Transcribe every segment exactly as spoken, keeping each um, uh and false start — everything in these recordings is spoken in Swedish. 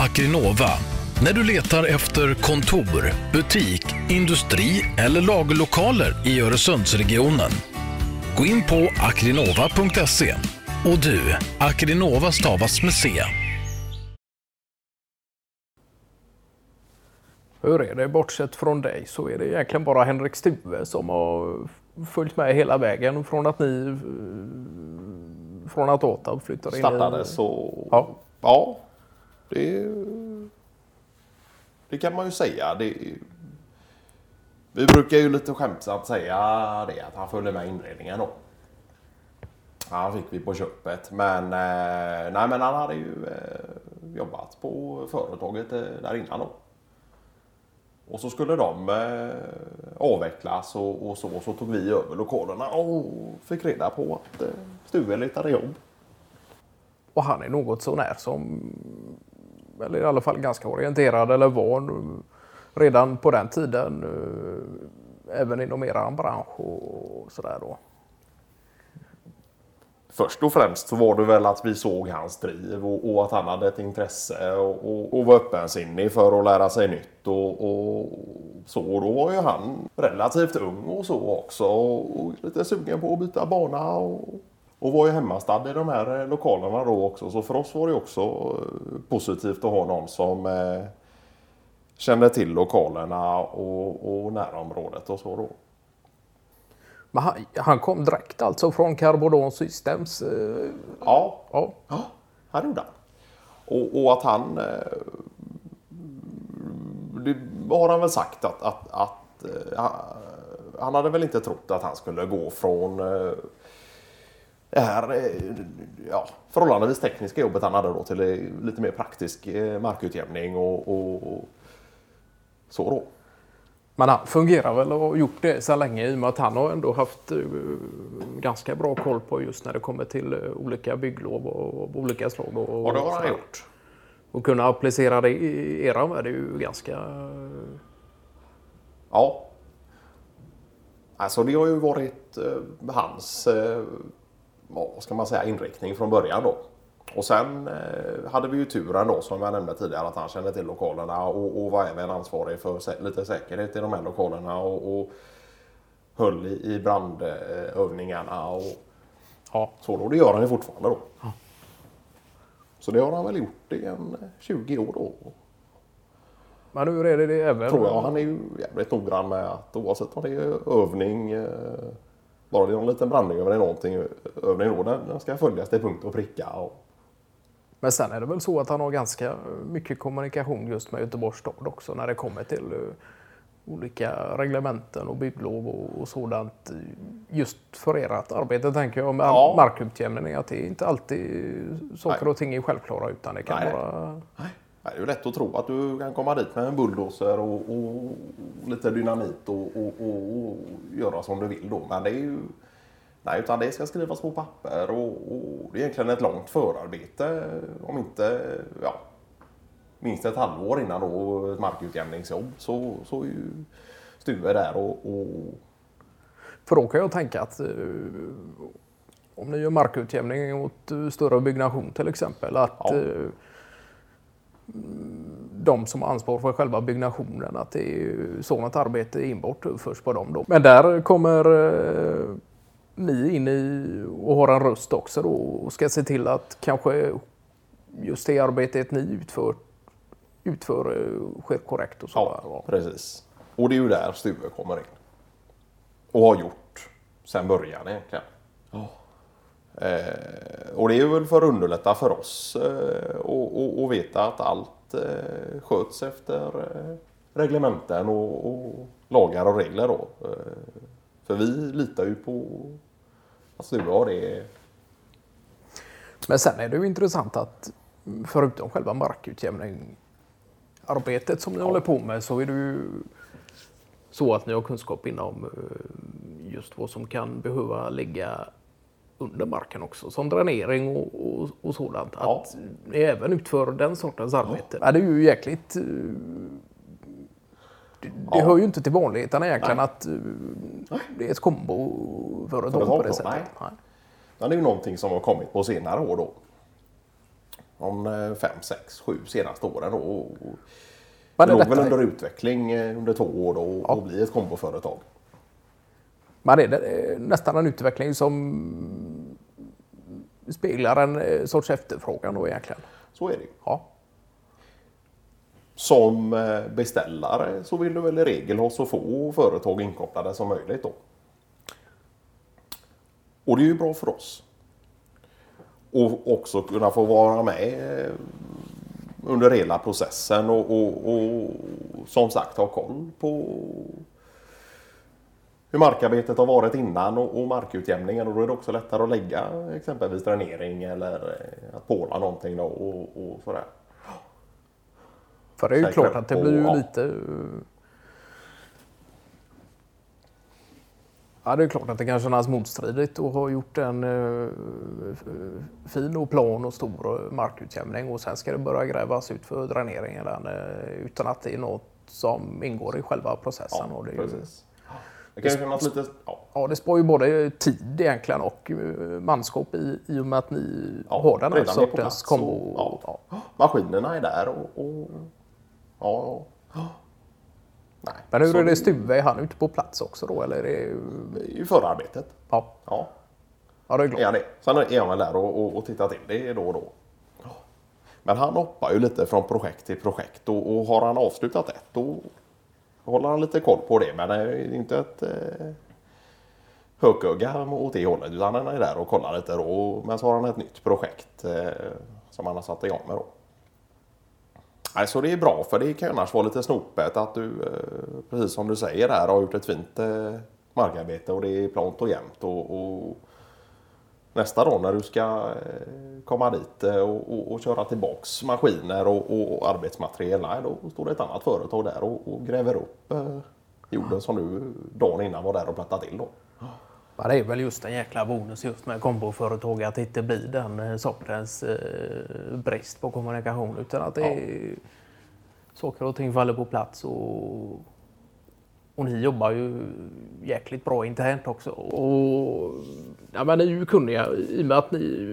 Akrinova. När du letar efter kontor, butik, industri eller lagerlokaler i Öresundsregionen. Gå in på akrinova punkt se. Och du, Akrinova stavas med C. Hur är det? Bortsett från dig så är det egentligen bara Henrik Stuve som har följt med hela vägen från att ni från att Åtab flyttade in. Startade så... Ja, ja det, det kan man ju säga. Det, vi brukar ju lite skämtsamt säga det, att han följde med inredningen då. Han fick vi på köpet, men, eh, nej, men han hade ju eh, jobbat på företaget eh, där innan då. Och så skulle de eh, avvecklas och, och så, så tog vi över lokalerna och fick reda på att eh, Stuve letade jobb. och han är något så när som, eller i alla fall ganska orienterad eller var redan på den tiden, eh, även inom eran bransch och sådär då. Först och främst så var det väl att vi såg hans driv och, och att han hade ett intresse och, och, och var öppensinnig för att lära sig nytt och, och så. Och då var ju han relativt ung och så också och, och lite sugen på att byta bana och, och var ju hemmastad i de här lokalerna då också. Så för oss var det också positivt att ha någon som eh, kände till lokalerna och, och närområdet och så då. Men han, han kom direkt alltså från Carbodon Systems? Eh, ja, ja, ja, han gjorde han. Och, och att han... Eh, det har han väl sagt att... att, att eh, han hade väl inte trott att han skulle gå från eh, det här eh, ja, förhållandevis tekniska jobbet han hade då till eh, lite mer praktisk eh, markutjämning och, och, och så då. Men han fungerar väl och har gjort det så länge i och med att han har ändå haft uh, ganska bra koll på just när det kommer till uh, olika bygglov och, och olika slag. Och, och det har och han gjort. Och kunna applicera det i era med det är ju ganska... Uh... Ja. Alltså det har ju varit uh, hans, uh, vad ska man säga, inriktning från början då. Och sen eh, hade vi ju turen då, som jag nämnde tidigare, att han kände till lokalerna och, och var även ansvarig för sä- lite säkerhet i de här lokalerna och, och höll i, i brandövningarna och ja. Så då. Det gör han ju fortfarande då. Ja. Så det har han väl gjort i en tjugo år då. Men hur är det det även? Tror jag. Han är ju jävligt noggrann med att oavsett om det är övning, eh, bara det är någon liten brandövning eller någonting, övning då, den ska följas till punkt och pricka och... Men sen är det väl så att han har ganska mycket kommunikation just med Göteborgs stad också när det kommer till uh, olika reglementen och bygglov och, och sådant. Just för ert arbete tänker jag med ja. markutjämning att det är inte alltid saker Nej. och ting är självklara utan det kan Nej. vara... Nej. Det är ju lätt att tro att du kan komma dit med en bulldozer och, och lite dynamit och, och, och, och göra som du vill då. Men det är ju... Nej, utan det ska skrivas på papper och, och det är egentligen ett långt förarbete, om inte, ja, minst ett halvår innan då ett markutjämningsjobb så, så är ju Stuve där och, och... För då kan jag tänka att uh, om ni gör markutjämning mot uh, större byggnation till exempel, att ja. uh, de som har ansvar för själva byggnationen, att det är sådant arbete inbort först på dem då. Men där kommer... Uh, ni in i och har en röst också då och ska se till att kanske just det arbetet ni utför, utför sker korrekt och så. Ja, precis. Och det är ju där Stuve kommer in. Och har gjort sen början egentligen. Oh. Eh, och det är väl för att underlätta för oss eh, och, och, och veta att allt eh, sköts efter eh, reglementen och, och lagar och regler då. Eh, för vi litar ju på att Stuve har det. Men sen är det ju intressant att förutom själva markutjämning arbetet som ni ja. håller på med så är det ju så att ni har kunskap inom just vad som kan behöva ligga under marken också, som dränering och, och, och sådant. Ja. Att ni även utför den sortens arbete. Ja. Det är ju jäkligt... Det, det ja. hör ju inte till vanligheten egentligen Nej. att Nej. det är ett komboföretag på det sättet. Nej. Nej. Men det är ju någonting som har kommit på senare år då. om fem, sex, sju senaste åren. Då. Och Men det låg detta... väl under utveckling under två år då, och, ja. och bli ett komboföretag. Men är det nästan en utveckling som speglar en sorts efterfrågan då egentligen? Så är det. Ja. Som beställare så vill du väl i regel ha så få företag inkopplade som möjligt då. Och det är ju bra för oss. Och också kunna få vara med under hela processen och, och, och som sagt ha koll på hur markarbetet har varit innan och, och markutjämningen. Och då är det också lättare att lägga exempelvis dränering eller att påla någonting då och, och sådär. För det är ju Säkert. klart att det blir ju och, lite... Ja, det är klart att det kan kännas motstridigt att ha gjort en uh, fin och plan och stor markutjämning och sen ska det börja grävas ut för dränering eller, uh, utan att det är något som ingår i själva processen. Ja, och det, är precis. Det kan ju kännas lite... Ja. ja, det spar ju både tid egentligen och uh, manskap i, i och med att ni ja, har den här sortens kombo. Och, ja. Ja. Maskinerna är där och... och ja, ja. Nej, men hur är det Stuve? Är han ute på plats också då? Eller är det... I förarbetet. Ja. Ja. Ja, det är klart. Ja, det. Sen är han väl där och, och, och tittar till det då och då. Men han hoppar ju lite från projekt till projekt och, och har han avslutat ett då håller han lite koll på det. Men det är inte ett eh, hököga åt det hållet utan han är där och kollar lite då. Men så har han ett nytt projekt eh, som han har satt igång med då. Så det är bra för det kan annars vara lite snopet att du, precis som du säger här, har gjort ett fint markarbete och det är plant och jämnt. Och, och nästa dag när du ska komma dit och, och, och köra tillbaks maskiner och, och arbetsmaterial, nej, då står det ett annat företag där och, och gräver upp jorden som du dagen innan var där och plattade till då. Ja, det är väl just en jäkla bonus just med komboföretag att det inte blir den sortens eh, brist på kommunikation utan att det ja. är saker och ting faller på plats och, och ni jobbar ju jäkligt bra internt också. Och ja, men ni är ju kunniga i och med att ni...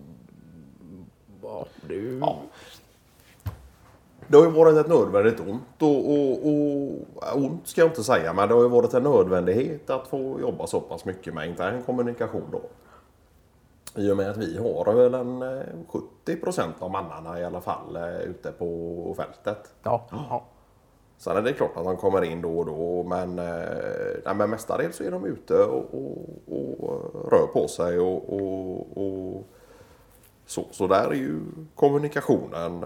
Ja, det är ju... Ja. Det har ju varit ett nödvändigt ont och, och, och ont ska jag inte säga, men det har ju varit en nödvändighet att få jobba så pass mycket med intern kommunikation då. I och med att vi har väl en sjuttio procent av mannarna i alla fall ute på fältet. Ja. ja. Sen är det klart att de kommer in då och då, men, nej, men mestadels så är de ute och, och, och rör på sig och, och, och så. Så där är ju kommunikationen...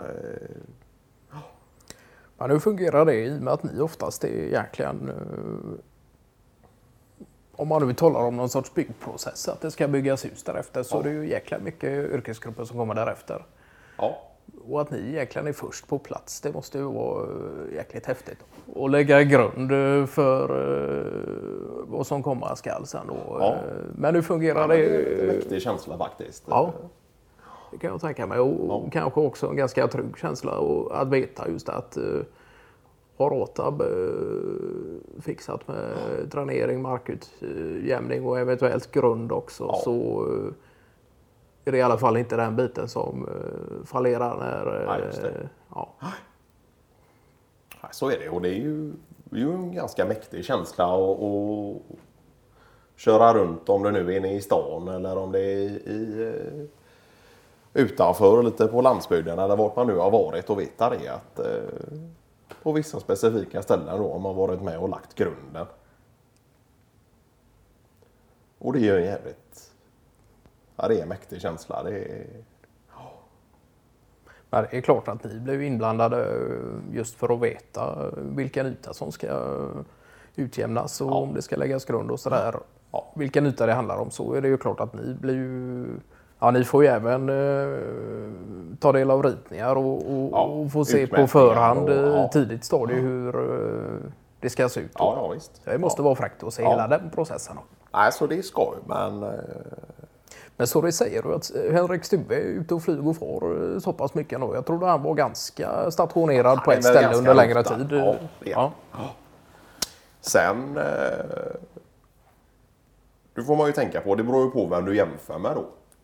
Men hur fungerar det i och med att ni oftast är egentligen, om man nu talar om någon sorts byggprocess, att det ska byggas hus därefter, så ja. det är ju jäkla mycket yrkesgrupper som kommer därefter. Ja. Och att ni egentligen är först på plats, det måste ju vara jäkligt häftigt. Och lägga grund för vad som komma skall sen då. Ja. Men hur fungerar ja, det? Det är en viktig känsla faktiskt. Ja. Det kan jag tänka mig och ja. kanske också en ganska trygg känsla och att veta just att uh, har Rotab uh, fixat med ja. dränering, markutjämning och eventuellt grund också ja. så uh, är det i alla fall inte den biten som uh, fallerar när... Uh, Nej, just det. Ja. Så är det och det är ju, det är ju en ganska mäktig känsla att, att köra runt om det nu är inne i stan eller om det är i... Uh, utanför lite på landsbygden eller vart man nu har varit och veta det att eh, på vissa specifika ställen då har man varit med och lagt grunden. Och det är ju jävligt, ja det är en mäktig känsla. Det är, ja. Men det är klart att ni blev inblandade just för att veta vilken yta som ska utjämnas och ja. om det ska läggas grund och sådär. Ja. Vilken yta det handlar om så är det ju klart att ni blir ju... Ja, ni får ju även eh, ta del av ritningar och, och, ja, och få se på förhand i ja. tidigt stadie hur eh, det ska se ut. Ja, ja, visst. Det måste ja. vara fräckt att se ja. hela den processen. Nej, så det ska ju, men... Eh... Men så det säger du att Henrik Stuve är ute och flyger och får så pass mycket nu. Jag trodde han var ganska stationerad ja, på ett ställe under längre tid. Ja, ja. Ja. Sen... Eh... Du får man ju tänka på, det beror ju på vem du jämför med då.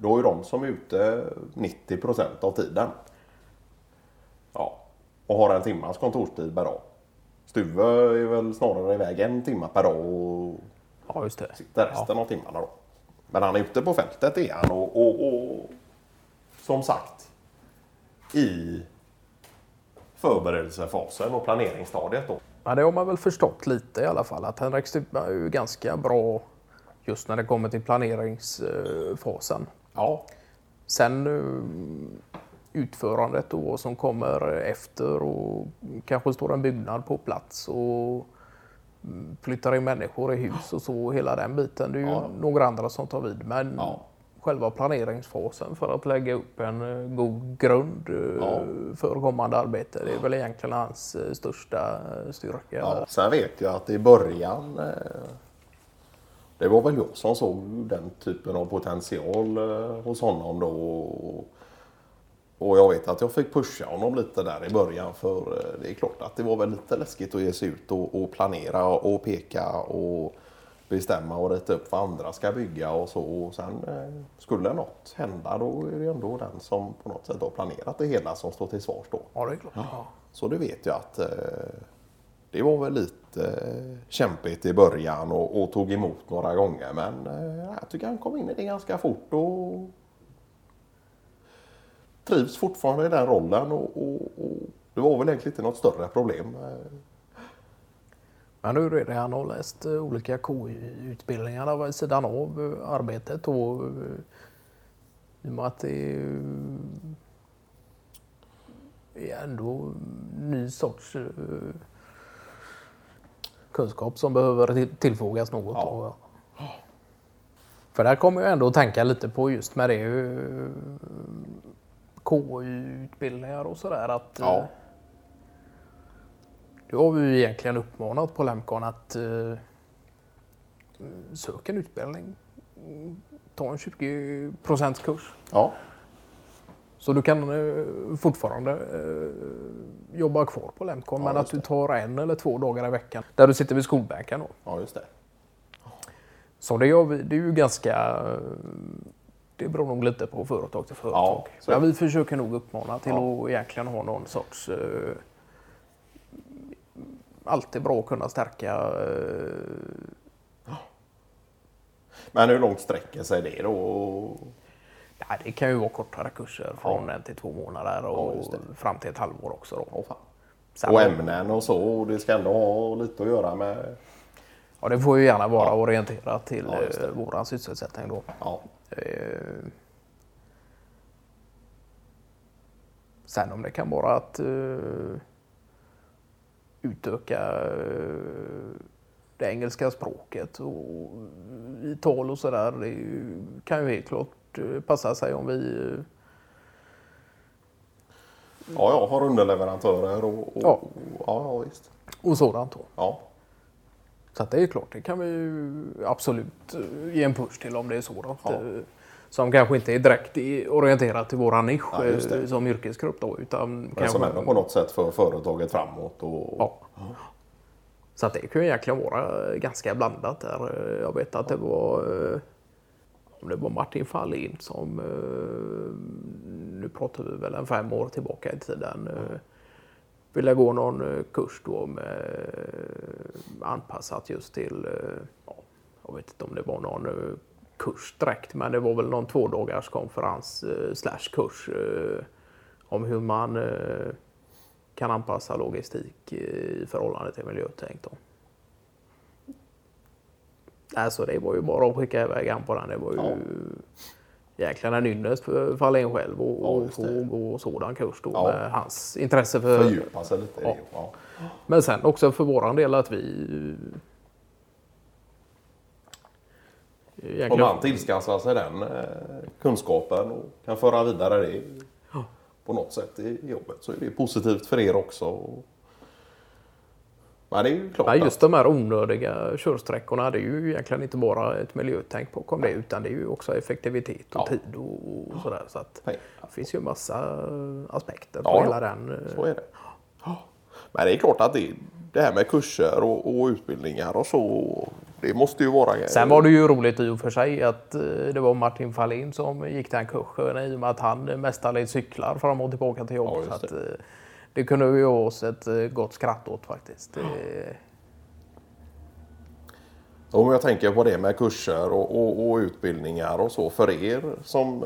då är de som är ute nittio procent av tiden. Ja. Och har en timmas kontorstid per dag. Stuve är väl snarare iväg en timma per dag och Ja, just det. sitter resten Ja. av timmarna då. Men han är ute på fältet är han och, och, och som sagt i förberedelsefasen och planeringsstadiet då. Ja, det har man väl förstått lite i alla fall. Att Henrik Stuve är ju ganska bra just när det kommer till planeringsfasen. Ja. Sen eh, utförandet då som kommer efter och kanske står en byggnad på plats och mm, flyttar in människor i hus och så, hela den biten. Det är ju Ja. några andra som tar vid. Men Ja. själva planeringsfasen för att lägga upp en eh, god grund eh, Ja. för kommande arbete, det är väl egentligen hans eh, största eh, styrka. Ja. Sen vet jag att i början eh, det var väl jag som såg den typen av potential eh, hos honom då. Och jag vet att jag fick pusha honom lite där i början för eh, det är klart att det var väl lite läskigt att ge sig ut och, och planera och peka och bestämma och rita upp vad andra ska bygga och så. Och sen eh, skulle något hända då är det ändå den som på något sätt har planerat det hela som står till svars då. Ja, det är klart. Ja. Så det vet jag att eh, det var väl lite eh, kämpigt i början och, och tog emot några gånger. Men eh, jag tycker han kom in i det ganska fort och trivs fortfarande i den rollen. Och, och, och det var väl egentligen inte något större problem. Men hur är det? Han har läst eh, olika K I-utbildningar vid sidan av eh, arbetet och eh, i och med att det är, är ändå ny sorts eh, kunskap som behöver till- tillfogas något. Ja. Och, för där kommer jag ändå att tänka lite på just med det eh, K I-utbildningar och sådär att eh, Ja. då har vi ju egentligen uppmanat på Lemcon att eh, söka en utbildning. Ta en tjugo procent kurs. Ja, Så du kan eh, fortfarande eh, jobba kvar på Lemcon, Ja, men att just du det. tar en eller två dagar i veckan där du sitter vid skolbänken. Då. ja just det. Så det, gör vi, det är ju ganska... eh, Det beror nog lite på företag till företag. Ja, så är Men det. vi försöker nog uppmana till Ja. att egentligen ha någon sorts... Eh, alltid bra att kunna stärka... Eh, Men hur långt sträcker sig det då? ja, det kan ju vara kortare kurser från Ja. en till två månader Ja, och just det. fram till ett halvår också. Då. Åh, fan. Sen, Och ämnen och så. Och det ska ändå ha lite att göra med... ja, det får ju gärna vara Ja. orienterat till Ja, just det. eh, våran sysselsättning då. Ja, Eh, sen om det kan vara att eh, utöka eh, det engelska språket och i tal och sådär. Det är ju- kan ju helt klart eh, passa sig om vi... Eh, ja jag har underleverantörer och... och Ja. ja, ja, visst. och sådant då. Ja, Så att det är klart, det kan vi ju absolut eh, ge en push till om det är sådant. Ja. eh, Som kanske inte är direkt i- orienterat till våran nisch Ja, just det. eh, som yrkesgrupp då. Utan men kanske, som ändå på något sätt för företaget framåt. Och... Ja. Så att det kan ju egentligen vara ganska blandat där. Jag vet att det var, eh, om det var Martin Fahlin som, eh, nu pratar vi väl en fem år tillbaka i tiden, eh, ville gå någon eh, kurs då med, eh, anpassat just till, eh, ja, jag vet inte om det var någon eh, kurs direkt, men det var väl någon två dagars konferens eh, slash kurs eh, om hur man eh, kan anpassa logistik i förhållande till miljötänk. Då. Alltså det var ju bara att skicka iväg han på den. Det var ju Ja. egentligen en ynnest för Fahlin själv och, Ja, och just få det. gå sådan kurs då Ja. med hans intresse för... Fördjupa sig lite i Ja. det. Ja. Men sen också för våran del att vi... Om egentligen- man tillskansar sig den eh, kunskapen och kan föra vidare det på något sätt i jobbet så är det positivt för er också. Men det är ju klart Ja, just att... de här onödiga körsträckorna, det är ju egentligen inte bara ett miljötänk bakom det, utan det är ju också effektivitet och Ja. tid och, och sådär. Så att Nej. det finns ju massa aspekter på Ja, hela den. eh, Så är det. Ja. Men det är klart att det, det här med kurser och, och utbildningar och så det måste ju vara... Sen var det ju roligt i och för sig att det var Martin Fahlin som gick den kursen i och med att han mestadels cyklar fram och tillbaka till jobbet. Ja, så att, det kunde vi ju oss ett gott skratt åt faktiskt. Det... Om jag tänker på det med kurser och, och, och utbildningar och så för er som...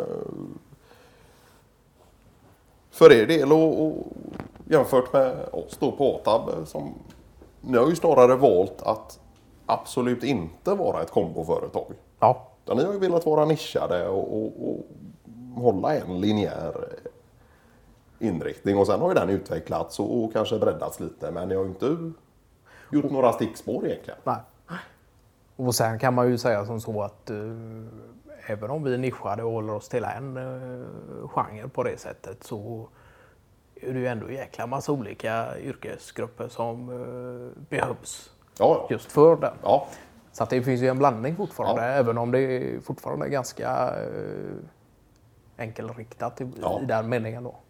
För er del och, och jämfört med oss då på Åtab som... Ni har ju snarare valt att absolut inte vara ett komboföretag. Ja. Ni har ju velat vara nischade och, och, och hålla en linjär inriktning. Och sen har ju den utvecklats och, och kanske breddats lite. Men ni har ju inte gjort några stickspår egentligen. Nej. Och sen kan man ju säga som så att uh, även om vi nischade och håller oss till en uh, genre på det sättet så är det ju ändå jäkla massa olika yrkesgrupper som uh, behövs ja, ja. just för den. Ja. Så att det finns ju en blandning fortfarande, Ja. även om det är fortfarande ganska uh, enkelriktat i, Ja. i den meningen då.